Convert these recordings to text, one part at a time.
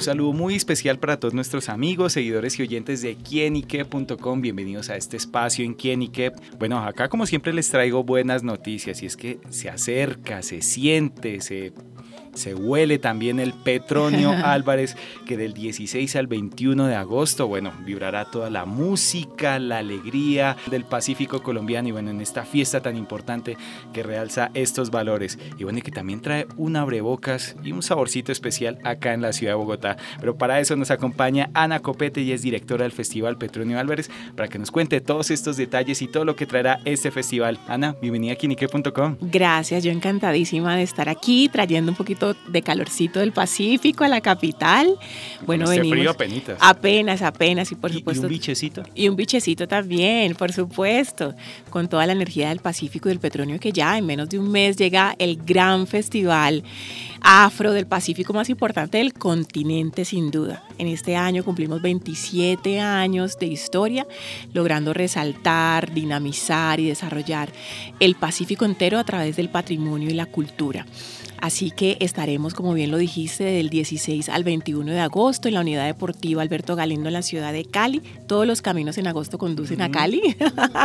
saludo muy especial para todos nuestros amigos, seguidores y oyentes de quienique.com. Bienvenidos a este espacio en Quienique. Bueno, acá como siempre les traigo buenas noticias y es que se acerca, se siente, se huele también el Petronio Álvarez, que del 16 al 21 de agosto, bueno, vibrará toda la música, la alegría del Pacífico colombiano y bueno, en esta fiesta tan importante que realza estos valores. Y bueno, y que también trae un abrebocas y un saborcito especial acá en la ciudad de Bogotá. Pero para eso nos acompaña Ana Copete, y es directora del Festival Petronio Álvarez, para que nos cuente todos estos detalles y todo lo que traerá este festival. Ana, bienvenida a quienique.com. Gracias, yo encantadísima de estar aquí, trayendo un poquito de calorcito del Pacífico a la capital. Bueno, con este venimos frío apenitas. Apenas y por supuesto. ¿Y un bichecito? Y un bichecito también, por supuesto, con toda la energía del Pacífico y del Petronio, que ya en menos de un mes llega el gran festival afro del Pacífico más importante del continente, sin duda. En este año cumplimos 27 años de historia, logrando resaltar, dinamizar y desarrollar el Pacífico entero a través del patrimonio y la cultura. Así que estaremos, como bien lo dijiste, del 16 al 21 de agosto en la Unidad Deportiva Alberto Galindo en la ciudad de Cali. Todos los caminos en agosto conducen a Cali.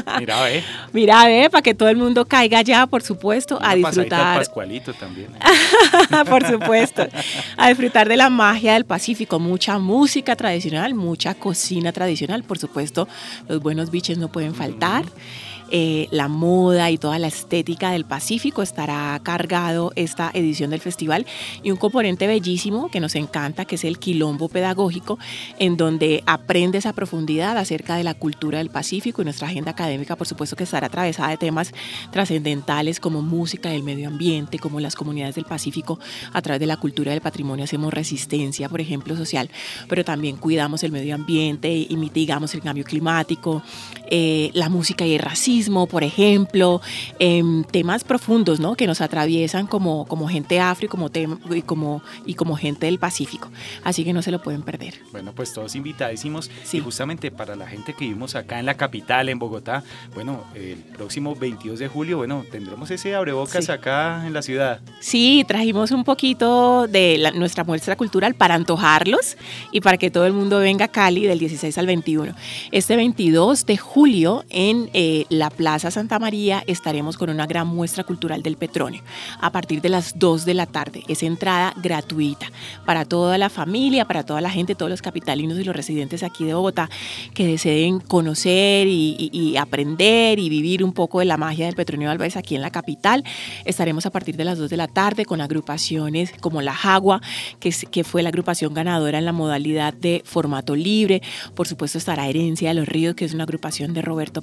Mira, para que todo el mundo caiga allá, por supuesto, a disfrutar. Pascualito también. Por supuesto, a disfrutar de la magia del Pacífico. Mucha música tradicional, mucha cocina tradicional. Por supuesto, los buenos biches no pueden faltar. La moda y toda la estética del Pacífico estará cargado esta edición del festival, y un componente bellísimo que nos encanta, que es el quilombo pedagógico, en donde aprendes a profundidad acerca de la cultura del Pacífico, y nuestra agenda académica por supuesto que estará atravesada de temas trascendentales como música del medio ambiente, como las comunidades del Pacífico a través de la cultura del patrimonio hacemos resistencia, por ejemplo, social, pero también cuidamos el medio ambiente y mitigamos el cambio climático, la música y el racismo, por ejemplo, temas profundos, ¿no?, que nos atraviesan como gente afro y como gente del Pacífico. Así que no se lo pueden perder. Bueno, pues todos invitadísimos. Sí. Y justamente para la gente que vivimos acá en la capital, en Bogotá, bueno, el próximo 22 de julio, bueno, tendremos ese abrebocas Sí. acá en la ciudad. Sí, trajimos un poquito de nuestra muestra cultural para antojarlos y para que todo el mundo venga a Cali del 16 al 21. Este 22 de julio en la Plaza Santa María estaremos con una gran muestra cultural del Petronio a partir de las 2 de la tarde. Es entrada gratuita para toda la familia, para toda la gente, todos los capitalinos y los residentes aquí de Bogotá que deseen conocer y aprender y vivir un poco de la magia del Petronio Álvarez aquí en la capital. Estaremos a partir de las 2 de la tarde con agrupaciones como La Jagua, que fue la agrupación ganadora en la modalidad de formato libre. Por supuesto estará Herencia de los Ríos, que es una agrupación de Roberto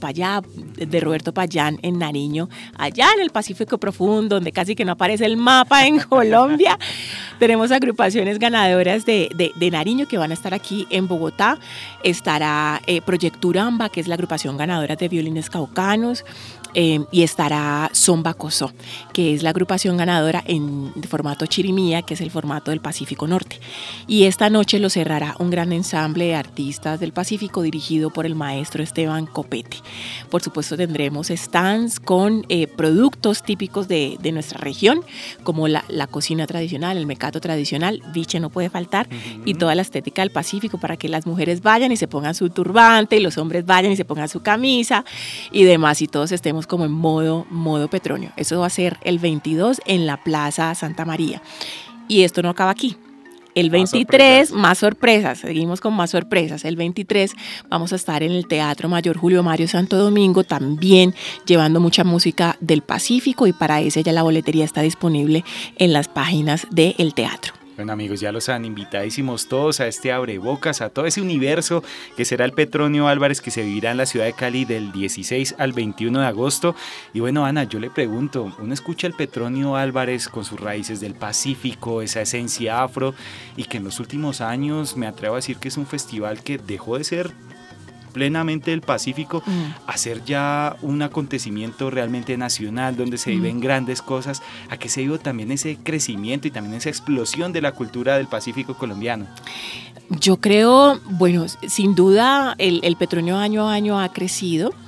Payán en Nariño, allá en el Pacífico Profundo, donde casi que no aparece el mapa en Colombia. Tenemos agrupaciones ganadoras de Nariño que van a estar aquí en Bogotá. Estará Proyecturamba, que es la agrupación ganadora de violines caucanos. Y estará Zomba Cosó, que es la agrupación ganadora en formato chirimía, que es el formato del Pacífico Norte. Y esta noche lo cerrará un gran ensamble de artistas del Pacífico dirigido por el maestro Esteban Copete. Por supuesto tendremos stands con productos típicos de nuestra región, como la cocina tradicional, el mecato tradicional, biche no puede faltar, y toda la estética del Pacífico para que las mujeres vayan y se pongan su turbante y los hombres vayan y se pongan su camisa y demás, y todos estemos como en modo Petronio. Eso va a ser el 22 en la Plaza Santa María. Y esto no acaba aquí. El 23, más sorpresas, seguimos con más sorpresas. El 23 vamos a estar en el Teatro Mayor Julio Mario Santo Domingo, también llevando mucha música del Pacífico, y para ese ya la boletería está disponible en las páginas del teatro. Bueno, amigos, ya los han invitadísimos todos a este abrebocas, a todo ese universo que será el Petronio Álvarez, que se vivirá en la ciudad de Cali del 16 al 21 de agosto. Y bueno, Ana, yo le pregunto, uno escucha el Petronio Álvarez con sus raíces del Pacífico, esa esencia afro, y que en los últimos años me atrevo a decir que es un festival que dejó de ser plenamente del Pacífico a ser ya un acontecimiento realmente nacional, donde se viven grandes cosas, a que se vive también ese crecimiento y también esa explosión de la cultura del Pacífico colombiano. Yo creo, bueno, sin duda el Petronio año a año ha crecido.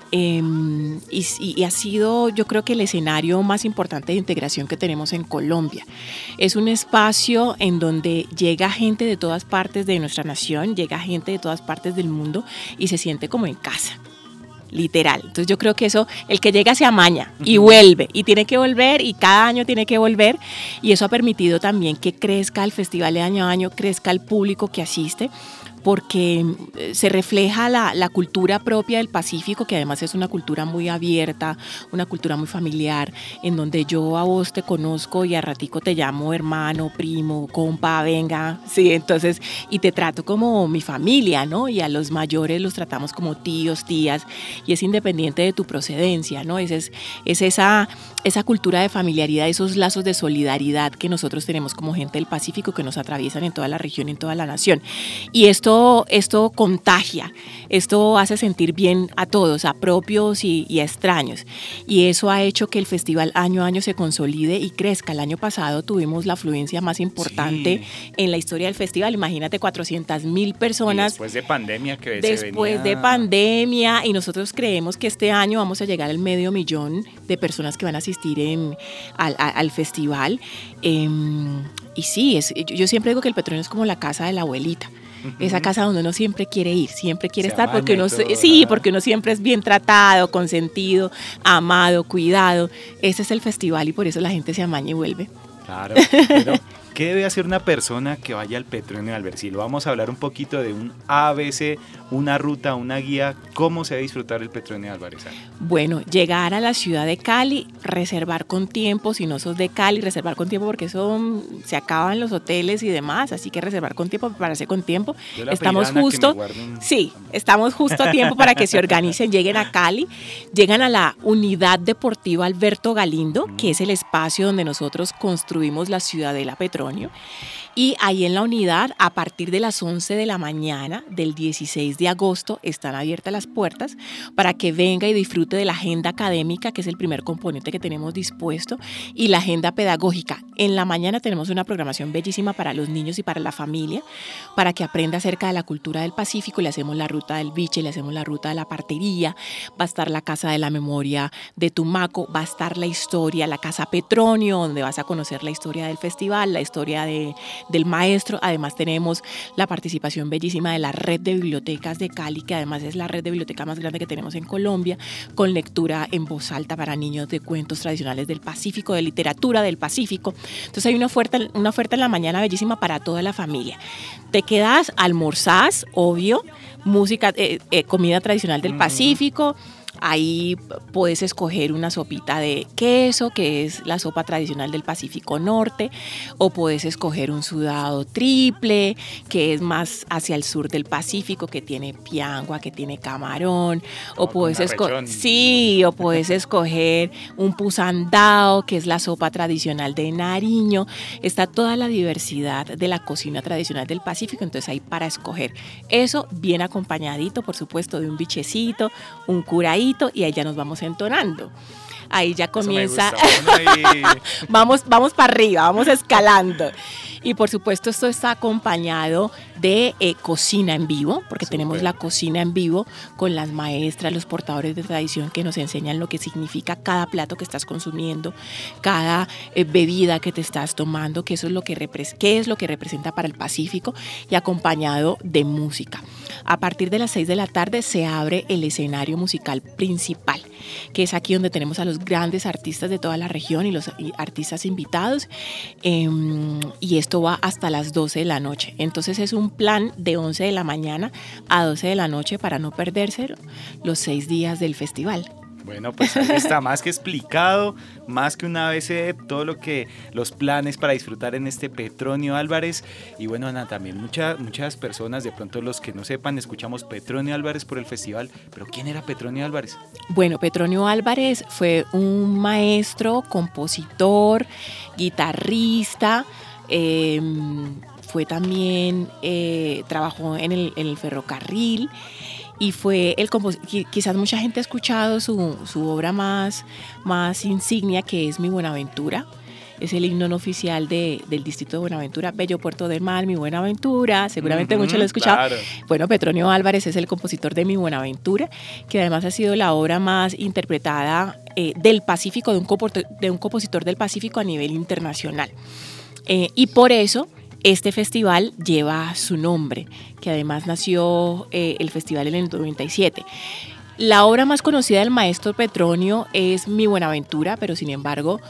y ha sido, yo creo que el escenario más importante de integración que tenemos en Colombia. Es un espacio en donde llega gente de todas partes de nuestra nación, llega gente de todas partes del mundo y se siente como en casa. Literal. Entonces yo creo que eso, el que llega se amaña y vuelve, y tiene que volver, y cada año tiene que volver, y eso ha permitido también que crezca el festival de año a año, crezca el público que asiste, porque se refleja la cultura propia del Pacífico, que además es una cultura muy abierta, una cultura muy familiar, en donde yo a vos te conozco y a ratico te llamo hermano, primo, compa, venga, sí, entonces, y te trato como mi familia, ¿no? Y a los mayores los tratamos como tíos, tías, y es independiente de tu procedencia, ¿no? Es esa cultura de familiaridad, esos lazos de solidaridad que nosotros tenemos como gente del Pacífico que nos atraviesan en toda la región, en toda la nación. Y esto contagia, esto hace sentir bien a todos, a propios y a extraños. Y eso ha hecho que el festival año a año se consolide y crezca. El año pasado tuvimos la afluencia más importante en la historia del festival. Imagínate, 400,000 personas. Y después de pandemia que después de pandemia, y nosotros creemos que este año vamos a llegar al 500,000 de personas que van a asistir al festival. Y sí, yo siempre digo que el Petronio es como la casa de la abuelita. Esa casa donde uno siempre quiere ir, siempre quiere estar, porque porque uno siempre es bien tratado, consentido, amado, cuidado. Ese es el festival y por eso la gente se amaña y vuelve. Claro, pero ¿qué debe hacer una persona que vaya al Petronio Álvarez? Si lo vamos a hablar un poquito de un ABC, una ruta, una guía, ¿cómo se debe disfrutar el Petronio Álvarez? Bueno, llegar a la ciudad de Cali, reservar con tiempo, si no sos de Cali, reservar con tiempo porque eso se acaban los hoteles y demás, así que reservar con tiempo, prepararse con tiempo. Estamos justo a tiempo para que se organicen, lleguen a Cali, llegan a la Unidad Deportiva Alberto Galindo, que es el espacio donde nosotros construimos la Ciudadela Petronio. Y ahí en la unidad, a partir de las 11 de la mañana del 16 de agosto, están abiertas las puertas para que venga y disfrute de la agenda académica, que es el primer componente que tenemos dispuesto, y la agenda pedagógica. En la mañana tenemos una programación bellísima para los niños y para la familia, para que aprenda acerca de la cultura del Pacífico. Le hacemos la ruta del biche, le hacemos la ruta de la partería, va a estar la Casa de la Memoria de Tumaco, va a estar la historia, la Casa Petronio, donde vas a conocer la historia del festival, la historia del maestro. Además tenemos la participación bellísima de la red de bibliotecas de Cali, que además es la red de biblioteca más grande que tenemos en Colombia, con lectura en voz alta para niños de cuentos tradicionales del Pacífico, de literatura del Pacífico. Entonces hay una oferta en la mañana bellísima para toda la familia. Te quedas, almorzás, obvio, música, comida tradicional del Pacífico. Ahí puedes escoger una sopita de queso, que es la sopa tradicional del Pacífico Norte, o puedes escoger un sudado triple, que es más hacia el sur del Pacífico, que tiene piangua, que tiene camarón, o puedes escoger un pusandao, que es la sopa tradicional de Nariño. Está toda la diversidad de la cocina tradicional del Pacífico, entonces hay para escoger. Eso bien acompañadito, por supuesto, de un bichecito, un curadito, y ahí ya nos vamos entonando. Ahí ya comienza, vamos para arriba, vamos escalando. Y por supuesto esto está acompañado de cocina en vivo, porque tenemos la cocina en vivo con las maestras, los portadores de tradición que nos enseñan lo que significa cada plato que estás consumiendo, cada bebida que te estás tomando, qué es lo que representa para el Pacífico, y acompañado de música. A partir de las 6 de la tarde se abre el escenario musical principal, que es aquí donde tenemos a los grandes artistas de toda la región y los artistas invitados, y esto va hasta las 12 de la noche. Entonces es un plan de 11 de la mañana a 12 de la noche para no perderse los 6 días del festival. Bueno, pues ahí está más que explicado, más que una vez todo los planes para disfrutar en este Petronio Álvarez. Y bueno, Ana, también muchas personas, de pronto los que no sepan, escuchamos Petronio Álvarez por el festival, pero ¿quién era Petronio Álvarez? Bueno, Petronio Álvarez fue un maestro, compositor, guitarrista, fue también, trabajó en el ferrocarril, y fue quizás mucha gente ha escuchado su obra más insignia, que es Mi Buenaventura, es el himno no oficial del distrito de Buenaventura, Bello Puerto del Mar, Mi Buenaventura, seguramente muchos lo han escuchado. Claro. Bueno, Petronio Álvarez es el compositor de Mi Buenaventura, que además ha sido la obra más interpretada del Pacífico, de un compositor del Pacífico a nivel internacional. Y por eso este festival lleva su nombre, que además nació el festival en el 97. La obra más conocida del maestro Petronio es Mi Buenaventura, pero sin embargo,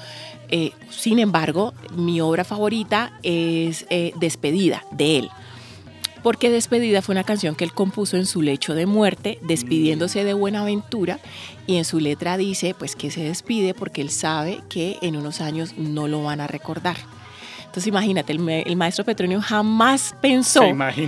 mi obra favorita es Despedida, de él. Porque Despedida fue una canción que él compuso en su lecho de muerte, despidiéndose de Buenaventura, y en su letra dice pues que se despide porque él sabe que en unos años no lo van a recordar. Entonces imagínate, el maestro Petronio jamás pensó,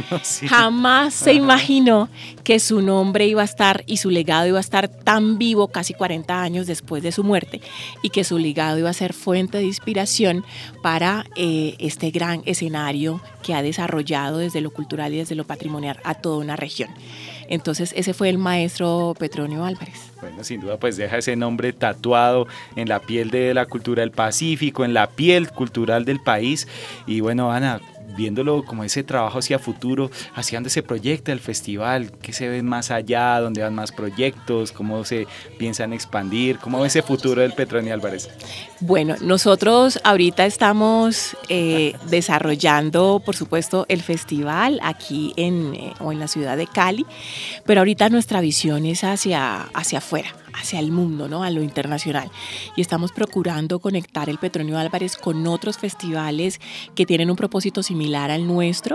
jamás se imaginó que su nombre iba a estar y su legado iba a estar tan vivo casi 40 años después de su muerte, y que su legado iba a ser fuente de inspiración para este gran escenario que ha desarrollado desde lo cultural y desde lo patrimonial a toda una región. Entonces ese fue el maestro Petronio Álvarez. Bueno, sin duda pues deja ese nombre tatuado en la piel de la cultura del Pacífico, en la piel cultural del país. Y bueno, Ana, viéndolo como ese trabajo hacia futuro, hacia dónde se proyecta el festival, qué se ve más allá, dónde van más proyectos, cómo se piensan expandir, cómo ve ese futuro del Petronio Álvarez. Bueno, nosotros ahorita estamos desarrollando, por supuesto, el festival aquí en la ciudad de Cali, pero ahorita nuestra visión es hacia afuera, hacia el mundo, ¿no? A lo internacional. Y estamos procurando conectar el Petronio Álvarez con otros festivales que tienen un propósito similar al nuestro,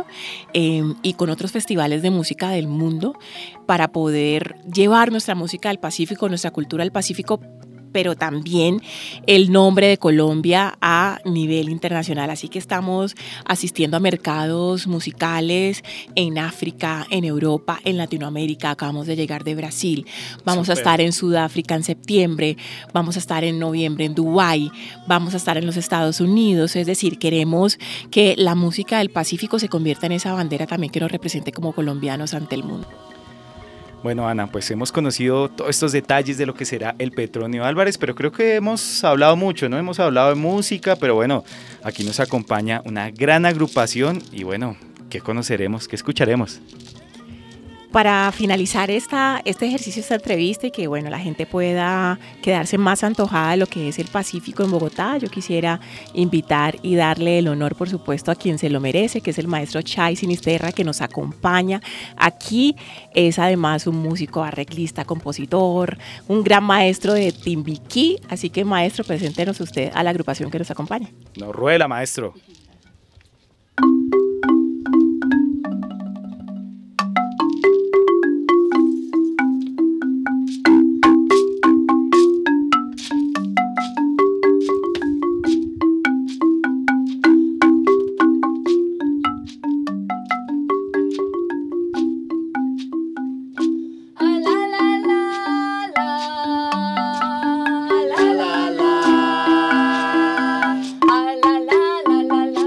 y con otros festivales de música del mundo, para poder llevar nuestra música del Pacífico, nuestra cultura del Pacífico, pero también el nombre de Colombia a nivel internacional. Así que estamos asistiendo a mercados musicales en África, en Europa, en Latinoamérica. Acabamos de llegar de Brasil. Vamos a estar en Sudáfrica en septiembre. Vamos a estar en noviembre en Dubái. Vamos a estar en los Estados Unidos. Es decir, queremos que la música del Pacífico se convierta en esa bandera también que nos represente como colombianos ante el mundo. Bueno, Ana, pues hemos conocido todos estos detalles de lo que será el Petronio Álvarez, pero creo que hemos hablado mucho, ¿no? Hemos hablado de música, pero bueno, aquí nos acompaña una gran agrupación y bueno, ¿qué conoceremos? ¿Qué escucharemos? Para finalizar este ejercicio, esta entrevista, y que bueno, la gente pueda quedarse más antojada de lo que es el Pacífico en Bogotá, yo quisiera invitar y darle el honor, por supuesto, a quien se lo merece, que es el maestro Chay Sinisterra, que nos acompaña aquí. Es además un músico, arreglista, compositor, un gran maestro de Timbiquí. Así que, maestro, preséntenos usted a la agrupación que nos acompaña. Nos ruela, maestro. La la la la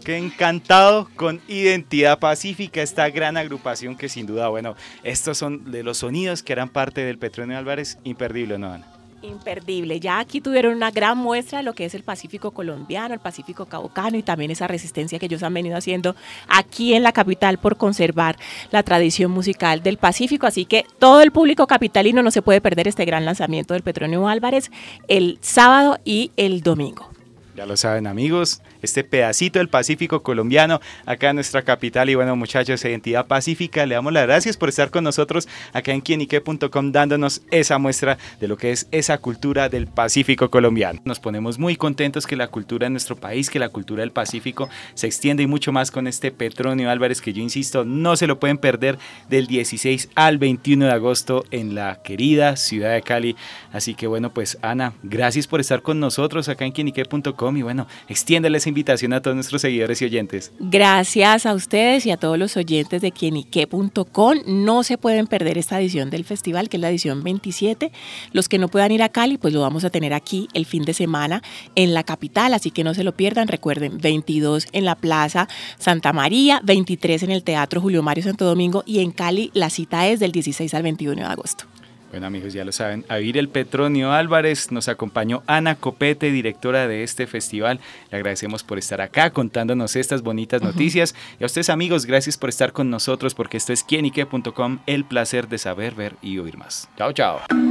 quedé encantado con Identidad Pacífica, esta gran agrupación que sin duda, bueno, estos son de los sonidos que eran parte del Petronio Álvarez, imperdible, ¿no, Ana? Imperdible. Ya aquí tuvieron una gran muestra de lo que es el Pacífico colombiano, el Pacífico caucano y también esa resistencia que ellos han venido haciendo aquí en la capital por conservar la tradición musical del Pacífico. Así que todo el público capitalino no se puede perder este gran lanzamiento del Petronio Álvarez el sábado y el domingo. Ya lo saben, amigos, este pedacito del Pacífico colombiano acá en nuestra capital. Y bueno, muchachos, Identidad Pacífica, le damos las gracias por estar con nosotros acá en quienique.com dándonos esa muestra de lo que es esa cultura del Pacífico colombiano. Nos ponemos muy contentos que la cultura de nuestro país, que la cultura del Pacífico se extiende y mucho más con este Petronio Álvarez, que yo insisto, no se lo pueden perder del 16 al 21 de agosto en la querida ciudad de Cali. Así que bueno, pues Ana, gracias por estar con nosotros acá en quienique.com. Y bueno, extiéndele esa invitación a todos nuestros seguidores y oyentes. Gracias a ustedes y a todos los oyentes de quienique.com. No se pueden perder esta edición del festival, que es la edición 27. Los que no puedan ir a Cali, pues lo vamos a tener aquí el fin de semana en la capital, así que no se lo pierdan. Recuerden, 22 en la Plaza Santa María, 23 en el Teatro Julio Mario Santo Domingo, y en Cali la cita es del 16 al 21 de agosto. Bueno, amigos, ya lo saben, a vivir el Petronio Álvarez, nos acompañó Ana Copete, directora de este festival. Le agradecemos por estar acá contándonos estas bonitas noticias. Y a ustedes, amigos, gracias por estar con nosotros, porque esto es quienique.com, el placer de saber, ver y oír más. Chao, chao.